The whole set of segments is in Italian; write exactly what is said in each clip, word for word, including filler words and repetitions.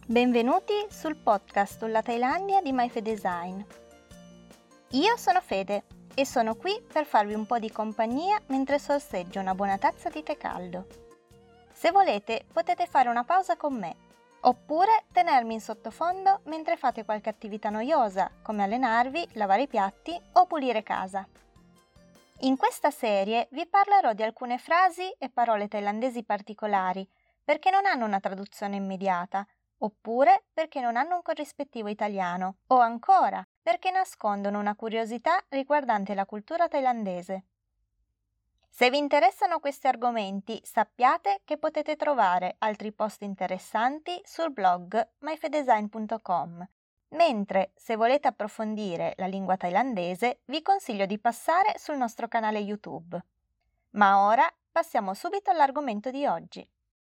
Benvenuti sul podcast sulla Thailandia di MyFedesign. Io sono Fede e sono qui per farvi un po' di compagnia mentre sorseggio una buona tazza di tè caldo. Se volete potete fare una pausa con me, oppure tenermi in sottofondo mentre fate qualche attività noiosa, come allenarvi, lavare i piatti o pulire casa. In questa serie vi parlerò di alcune frasi e parole thailandesi particolari, perché non hanno una traduzione immediata, oppure perché non hanno un corrispettivo italiano, o ancora perché nascondono una curiosità riguardante la cultura thailandese. Se vi interessano questi argomenti, sappiate che potete trovare altri post interessanti sul blog my fedesign punto com, mentre se volete approfondire la lingua thailandese vi consiglio di passare sul nostro canale YouTube. Ma ora passiamo subito all'argomento di oggi.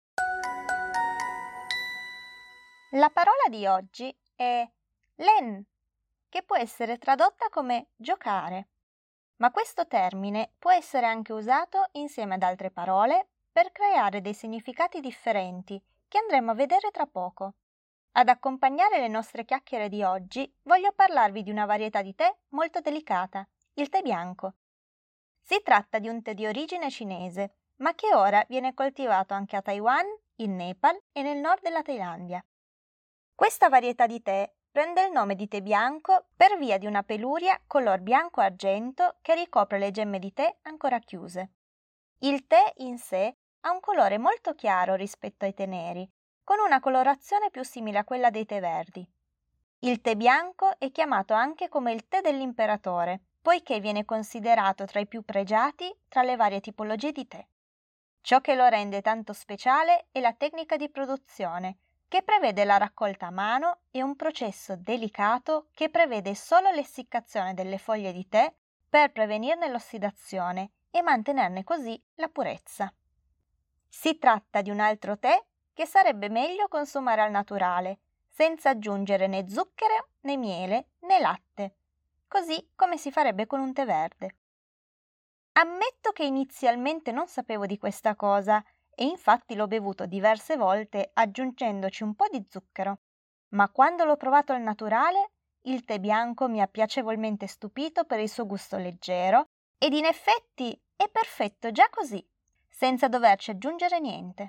La parola di oggi è len, che può essere tradotta come giocare, ma questo termine può essere anche usato insieme ad altre parole per creare dei significati differenti che andremo a vedere tra poco. Ad accompagnare le nostre chiacchiere di oggi voglio parlarvi di una varietà di tè molto delicata, il tè bianco. Si tratta di un tè di origine cinese, ma che ora viene coltivato anche a Taiwan, in Nepal e nel nord della Thailandia. Questa varietà di tè prende il nome di tè bianco per via di una peluria color bianco-argento che ricopre le gemme di tè ancora chiuse. Il tè in sé ha un colore molto chiaro rispetto ai tè neri, con una colorazione più simile a quella dei tè verdi. Il tè bianco è chiamato anche come il tè dell'imperatore, poiché viene considerato tra i più pregiati tra le varie tipologie di tè. Ciò che lo rende tanto speciale è la tecnica di produzione, che prevede la raccolta a mano e un processo delicato che prevede solo l'essiccazione delle foglie di tè per prevenirne l'ossidazione e mantenerne così la purezza. Si tratta di un altro tè che sarebbe meglio consumare al naturale, senza aggiungere né zucchero, né miele, né latte, così come si farebbe con un tè verde. Ammetto che inizialmente non sapevo di questa cosa e infatti l'ho bevuto diverse volte aggiungendoci un po' di zucchero, ma quando l'ho provato al naturale, il tè bianco mi ha piacevolmente stupito per il suo gusto leggero ed in effetti è perfetto già così, senza doverci aggiungere niente.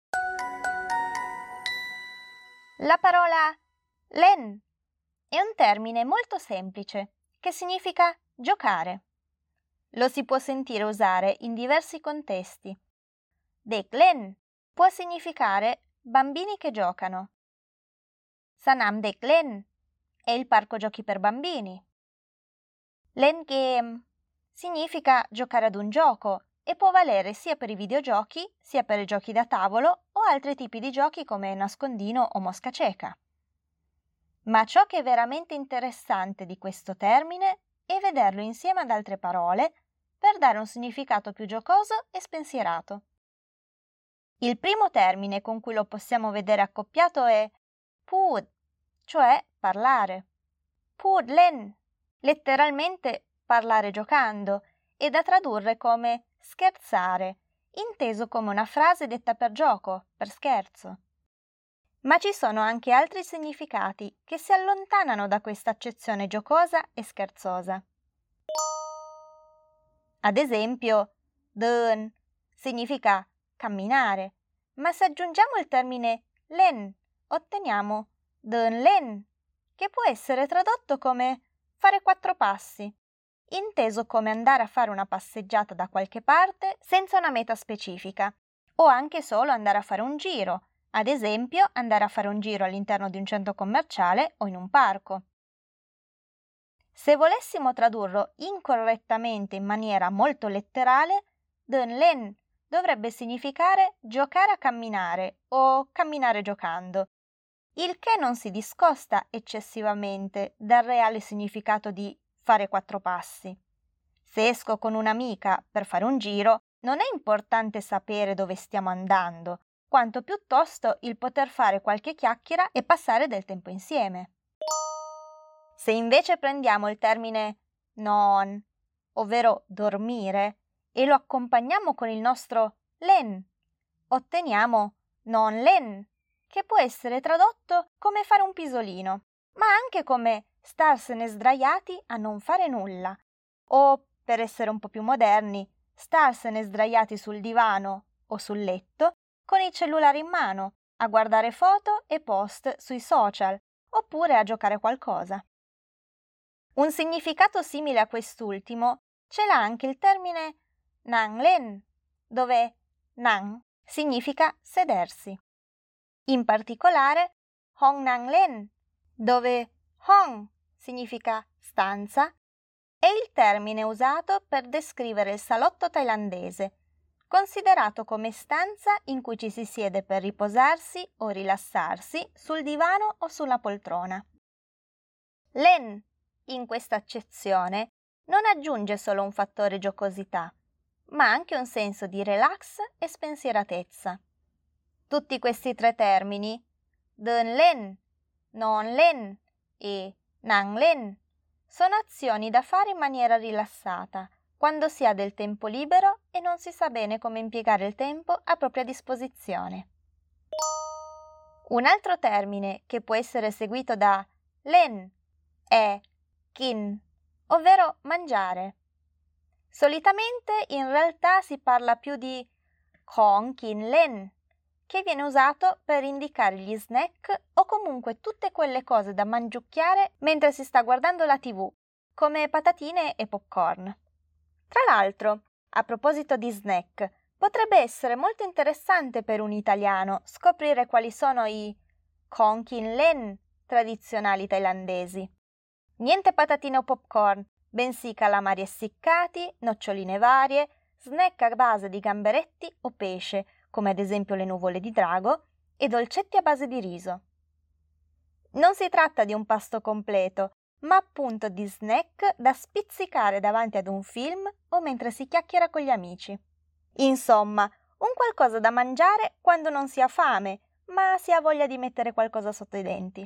La parola len è un termine molto semplice che significa giocare. Lo si può sentire usare in diversi contesti. Dek len può significare bambini che giocano. Sanam Dek len è il parco giochi per bambini. Len game significa giocare ad un gioco e può valere sia per i videogiochi sia per i giochi da tavolo o altri tipi di giochi come nascondino o mosca cieca. Ma ciò che è veramente interessante di questo termine è vederlo insieme ad altre parole per dare un significato più giocoso e spensierato. Il primo termine con cui lo possiamo vedere accoppiato è pud, cioè parlare. Pud len, letteralmente parlare giocando, e da tradurre come scherzare, inteso come una frase detta per gioco, per scherzo. Ma ci sono anche altri significati che si allontanano da questa accezione giocosa e scherzosa. Ad esempio, dön significa camminare, ma se aggiungiamo il termine len, otteniamo dön len, che può essere tradotto come fare quattro passi, inteso come andare a fare una passeggiata da qualche parte senza una meta specifica, o anche solo andare a fare un giro, ad esempio andare a fare un giro all'interno di un centro commerciale o in un parco. Se volessimo tradurlo incorrettamente in maniera molto letterale, dön len dovrebbe significare giocare a camminare o camminare giocando, il che non si discosta eccessivamente dal reale significato di fare quattro passi. Se esco con un'amica per fare un giro, non è importante sapere dove stiamo andando, quanto piuttosto il poter fare qualche chiacchiera e passare del tempo insieme. Se invece prendiamo il termine non, ovvero dormire, e lo accompagniamo con il nostro len, otteniamo non len, che può essere tradotto come fare un pisolino, ma anche come starsene sdraiati a non fare nulla, o, per essere un po' più moderni, starsene sdraiati sul divano o sul letto con il cellulare in mano, a guardare foto e post sui social, oppure a giocare a qualcosa. Un significato simile a quest'ultimo ce l'ha anche il termine nang len, dove nang significa sedersi. In particolare hong nang len, dove hong significa stanza, è il termine usato per descrivere il salotto thailandese, considerato come stanza in cui ci si siede per riposarsi o rilassarsi sul divano o sulla poltrona. Len, in questa accezione, non aggiunge solo un fattore giocosità, ma anche un senso di relax e spensieratezza. Tutti questi tre termini, den len, non len e nang len, sono azioni da fare in maniera rilassata, quando si ha del tempo libero e non si sa bene come impiegare il tempo a propria disposizione. Un altro termine che può essere seguito da len è kin, ovvero mangiare. Solitamente in realtà si parla più di khong kin len, che viene usato per indicare gli snack o comunque tutte quelle cose da mangiucchiare mentre si sta guardando la tivù, come patatine e popcorn. Tra l'altro, a proposito di snack, potrebbe essere molto interessante per un italiano scoprire quali sono i khong kin len tradizionali thailandesi. Niente patatine o popcorn, bensì calamari essiccati, noccioline varie, snack a base di gamberetti o pesce, come ad esempio le nuvole di drago, e dolcetti a base di riso. Non si tratta di un pasto completo, ma appunto di snack da spizzicare davanti ad un film o mentre si chiacchiera con gli amici. Insomma, un qualcosa da mangiare quando non si ha fame, ma si ha voglia di mettere qualcosa sotto i denti.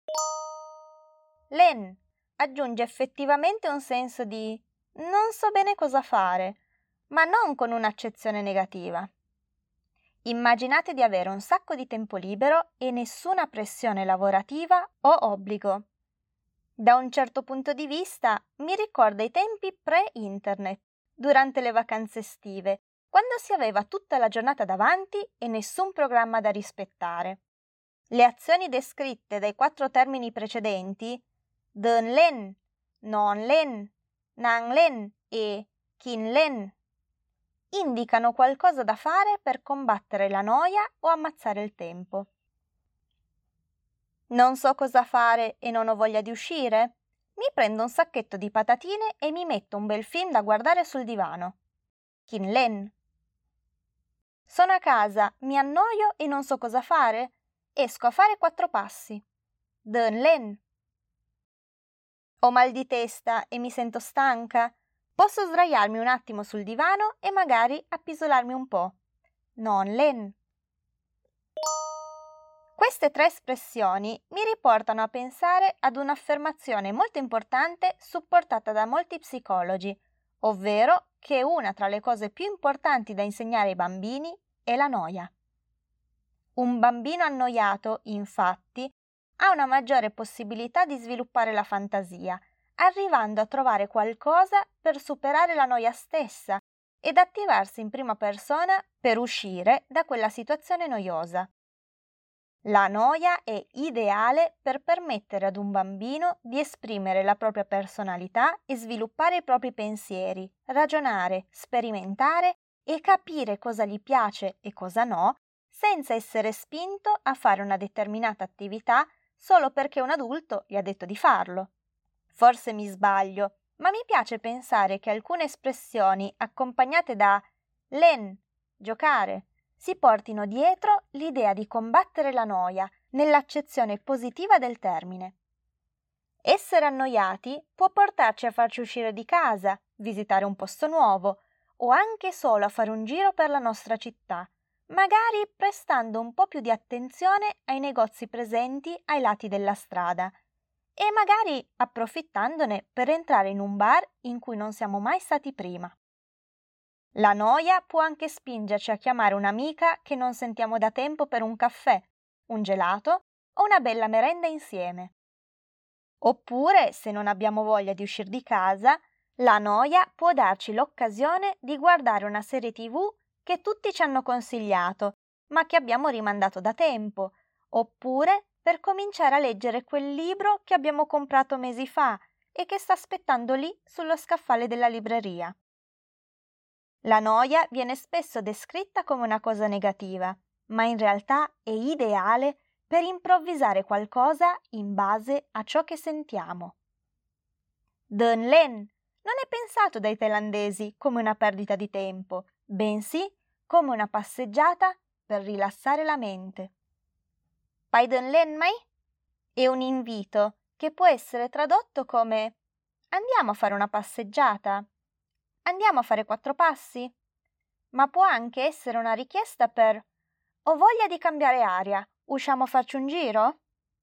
Len aggiunge effettivamente un senso di non so bene cosa fare, ma non con un'accezione negativa. Immaginate di avere un sacco di tempo libero e nessuna pressione lavorativa o obbligo. Da un certo punto di vista mi ricorda i tempi pre-internet, durante le vacanze estive, quando si aveva tutta la giornata davanti e nessun programma da rispettare. Le azioni descritte dai quattro termini precedenti, den len, non len, nang len e kin len, indicano qualcosa da fare per combattere la noia o ammazzare il tempo. Non so cosa fare e non ho voglia di uscire? Mi prendo un sacchetto di patatine e mi metto un bel film da guardare sul divano. Kin len. Sono a casa, mi annoio e non so cosa fare? Esco a fare quattro passi. Den len. Ho mal di testa e mi sento stanca? Posso sdraiarmi un attimo sul divano e magari appisolarmi un po'. Non len. Queste tre espressioni mi riportano a pensare ad un'affermazione molto importante supportata da molti psicologi, ovvero che una tra le cose più importanti da insegnare ai bambini è la noia. Un bambino annoiato, infatti, ha una maggiore possibilità di sviluppare la fantasia, arrivando a trovare qualcosa per superare la noia stessa ed attivarsi in prima persona per uscire da quella situazione noiosa. La noia è ideale per permettere ad un bambino di esprimere la propria personalità e sviluppare i propri pensieri, ragionare, sperimentare e capire cosa gli piace e cosa no, senza essere spinto a fare una determinata attività solo perché un adulto gli ha detto di farlo. Forse mi sbaglio, ma mi piace pensare che alcune espressioni accompagnate da len, giocare, si portino dietro l'idea di combattere la noia nell'accezione positiva del termine. Essere annoiati può portarci a farci uscire di casa, visitare un posto nuovo o anche solo a fare un giro per la nostra città, magari prestando un po' più di attenzione ai negozi presenti ai lati della strada e magari approfittandone per entrare in un bar in cui non siamo mai stati prima. La noia può anche spingerci a chiamare un'amica che non sentiamo da tempo per un caffè, un gelato o una bella merenda insieme. Oppure, se non abbiamo voglia di uscire di casa, la noia può darci l'occasione di guardare una serie tivù che tutti ci hanno consigliato, ma che abbiamo rimandato da tempo, oppure per cominciare a leggere quel libro che abbiamo comprato mesi fa e che sta aspettando lì sullo scaffale della libreria. La noia viene spesso descritta come una cosa negativa, ma in realtà è ideale per improvvisare qualcosa in base a ciò che sentiamo. Dun Len non è pensato dai thailandesi come una perdita di tempo, bensì come una passeggiata per rilassare la mente. Pai Dun Len mai? È un invito che può essere tradotto come andiamo a fare una passeggiata, andiamo a fare quattro passi, ma può anche essere una richiesta per ho voglia di cambiare aria, usciamo a farci un giro?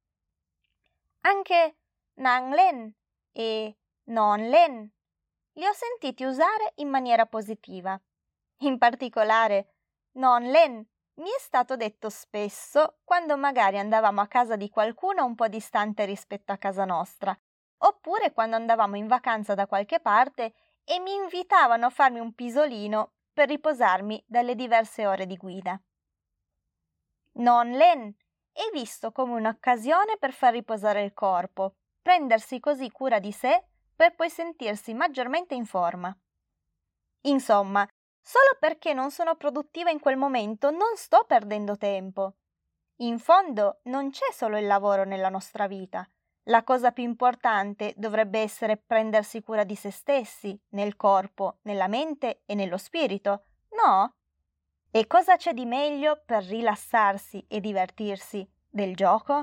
Anche Nang Len e Non Len li ho sentiti usare in maniera positiva. In particolare, Non Len mi è stato detto spesso quando magari andavamo a casa di qualcuno un po' distante rispetto a casa nostra, oppure quando andavamo in vacanza da qualche parte e mi invitavano a farmi un pisolino per riposarmi dalle diverse ore di guida. Non Len è visto come un'occasione per far riposare il corpo, prendersi così cura di sé per poi sentirsi maggiormente in forma. Insomma, solo perché non sono produttiva in quel momento non sto perdendo tempo. In fondo non c'è solo il lavoro nella nostra vita. La cosa più importante dovrebbe essere prendersi cura di se stessi, nel corpo, nella mente e nello spirito, no? E cosa c'è di meglio per rilassarsi e divertirsi del gioco?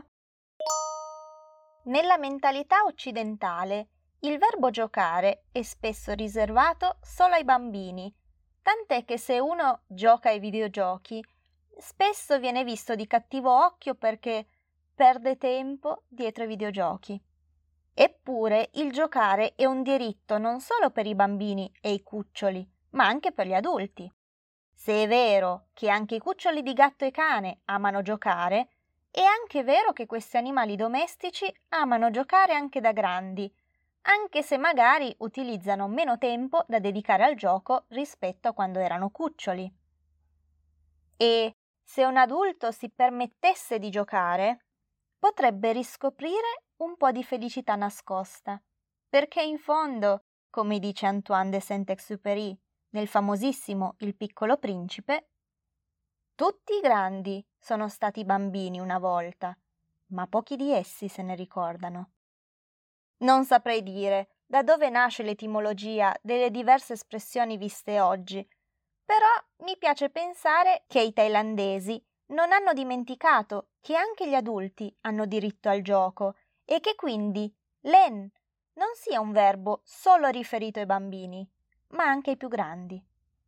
Nella mentalità occidentale, il verbo giocare è spesso riservato solo ai bambini, tant'è che se uno gioca ai videogiochi, spesso viene visto di cattivo occhio perché perde tempo dietro ai videogiochi. Eppure il giocare è un diritto non solo per i bambini e i cuccioli, ma anche per gli adulti. Se è vero che anche i cuccioli di gatto e cane amano giocare, è anche vero che questi animali domestici amano giocare anche da grandi, anche se magari utilizzano meno tempo da dedicare al gioco rispetto a quando erano cuccioli. E se un adulto si permettesse di giocare, potrebbe riscoprire un po' di felicità nascosta, perché in fondo, come dice Antoine de Saint-Exupéry nel famosissimo Il Piccolo Principe, tutti i grandi sono stati bambini una volta, ma pochi di essi se ne ricordano. Non saprei dire da dove nasce l'etimologia delle diverse espressioni viste oggi, però mi piace pensare che i thailandesi non hanno dimenticato che anche gli adulti hanno diritto al gioco e che quindi Len non sia un verbo solo riferito ai bambini, ma anche ai più grandi.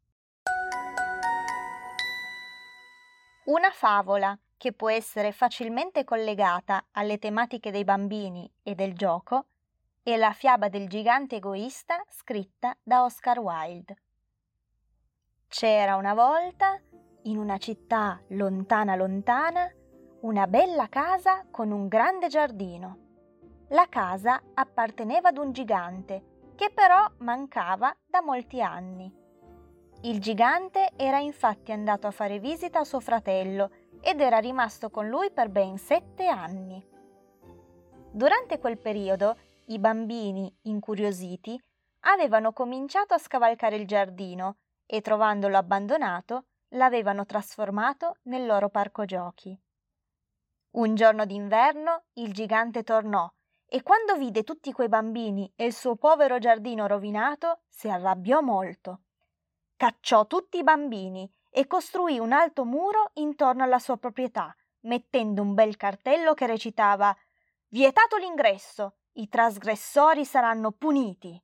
Una favola che può essere facilmente collegata alle tematiche dei bambini e del gioco è la fiaba del gigante egoista scritta da Oscar Wilde. C'era una volta, in una città lontana lontana, una bella casa con un grande giardino. La casa apparteneva ad un gigante, che però mancava da molti anni. Il gigante era infatti andato a fare visita a suo fratello ed era rimasto con lui per ben sette anni. Durante quel periodo, i bambini, incuriositi, avevano cominciato a scavalcare il giardino e, trovandolo abbandonato, l'avevano trasformato nel loro parco giochi. Un giorno d'inverno il gigante tornò e quando vide tutti quei bambini e il suo povero giardino rovinato, si arrabbiò molto. Cacciò tutti i bambini e costruì un alto muro intorno alla sua proprietà, mettendo un bel cartello che recitava «Vietato l'ingresso, i trasgressori saranno puniti».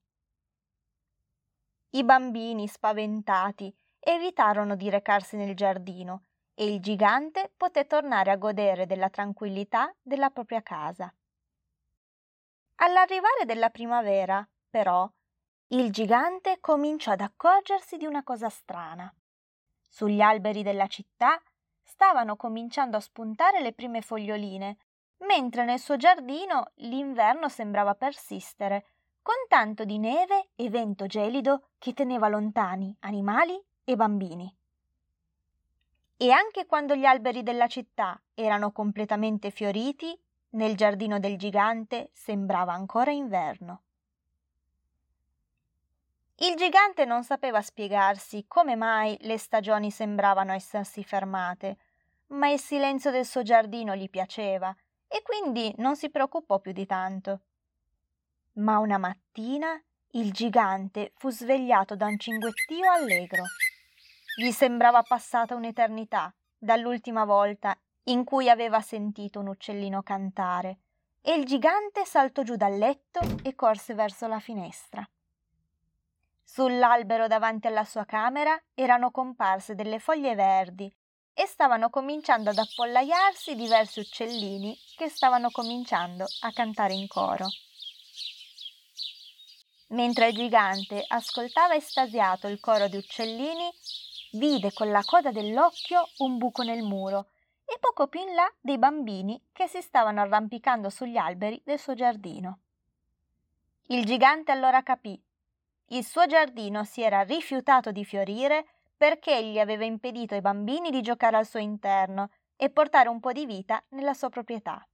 I bambini, spaventati, evitarono di recarsi nel giardino e il gigante poté tornare a godere della tranquillità della propria casa. All'arrivare della primavera, però, il gigante cominciò ad accorgersi di una cosa strana. Sugli alberi della città stavano cominciando a spuntare le prime foglioline, mentre nel suo giardino l'inverno sembrava persistere, con tanto di neve e vento gelido che teneva lontani animali e bambini. E anche quando gli alberi della città erano completamente fioriti, nel giardino del gigante sembrava ancora inverno. Il gigante non sapeva spiegarsi come mai le stagioni sembravano essersi fermate, ma il silenzio del suo giardino gli piaceva e quindi non si preoccupò più di tanto. Ma una mattina il gigante fu svegliato da un cinguettio allegro. Gli sembrava passata un'eternità dall'ultima volta in cui aveva sentito un uccellino cantare, e il gigante saltò giù dal letto e corse verso la finestra. Sull'albero davanti alla sua camera erano comparse delle foglie verdi e stavano cominciando ad appollaiarsi diversi uccellini che stavano cominciando a cantare in coro. Mentre il gigante ascoltava estasiato il coro di uccellini, vide con la coda dell'occhio un buco nel muro e poco più in là dei bambini che si stavano arrampicando sugli alberi del suo giardino. Il gigante allora capì. Il suo giardino si era rifiutato di fiorire perché egli aveva impedito ai bambini di giocare al suo interno e portare un po' di vita nella sua proprietà.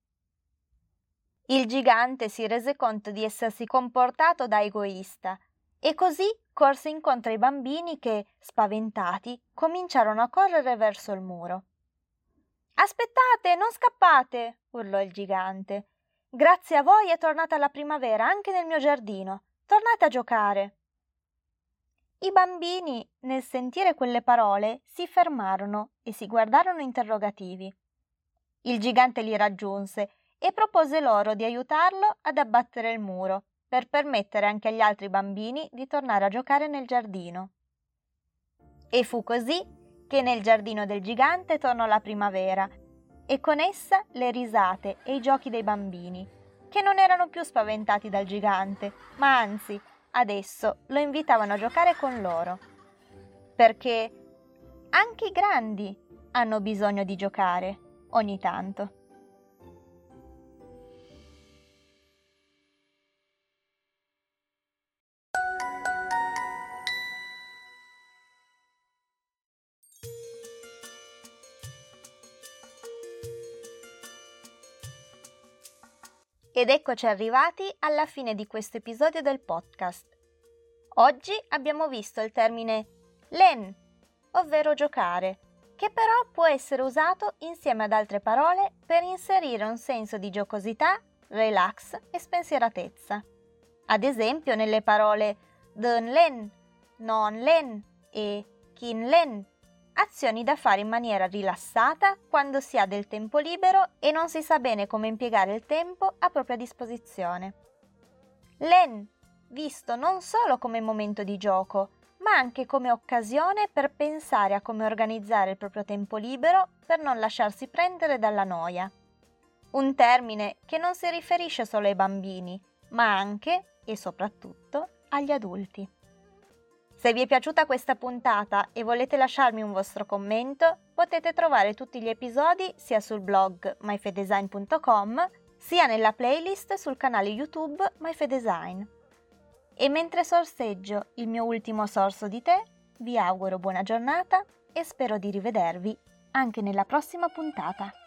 Il gigante si rese conto di essersi comportato da egoista e così corse incontro ai bambini che, spaventati, cominciarono a correre verso il muro. «Aspettate, non scappate!» urlò il gigante. «Grazie a voi è tornata la primavera anche nel mio giardino. Tornate a giocare!» I bambini, nel sentire quelle parole, si fermarono e si guardarono interrogativi. Il gigante li raggiunse e propose loro di aiutarlo ad abbattere il muro per permettere anche agli altri bambini di tornare a giocare nel giardino. E fu così che nel giardino del gigante tornò la primavera e con essa le risate e i giochi dei bambini, che non erano più spaventati dal gigante, ma anzi, adesso lo invitavano a giocare con loro. Perché anche i grandi hanno bisogno di giocare ogni tanto. Ed eccoci arrivati alla fine di questo episodio del podcast. Oggi abbiamo visto il termine len, ovvero giocare, che però può essere usato insieme ad altre parole per inserire un senso di giocosità, relax e spensieratezza. Ad esempio nelle parole dun len, non len e kin len, azioni da fare in maniera rilassata quando si ha del tempo libero e non si sa bene come impiegare il tempo a propria disposizione. Len, visto non solo come momento di gioco, ma anche come occasione per pensare a come organizzare il proprio tempo libero per non lasciarsi prendere dalla noia. Un termine che non si riferisce solo ai bambini, ma anche e soprattutto agli adulti. Se vi è piaciuta questa puntata e volete lasciarmi un vostro commento, potete trovare tutti gli episodi sia sul blog my fe design punto com, sia nella playlist sul canale YouTube MyFedesign. E mentre sorseggio il mio ultimo sorso di tè, vi auguro buona giornata e spero di rivedervi anche nella prossima puntata.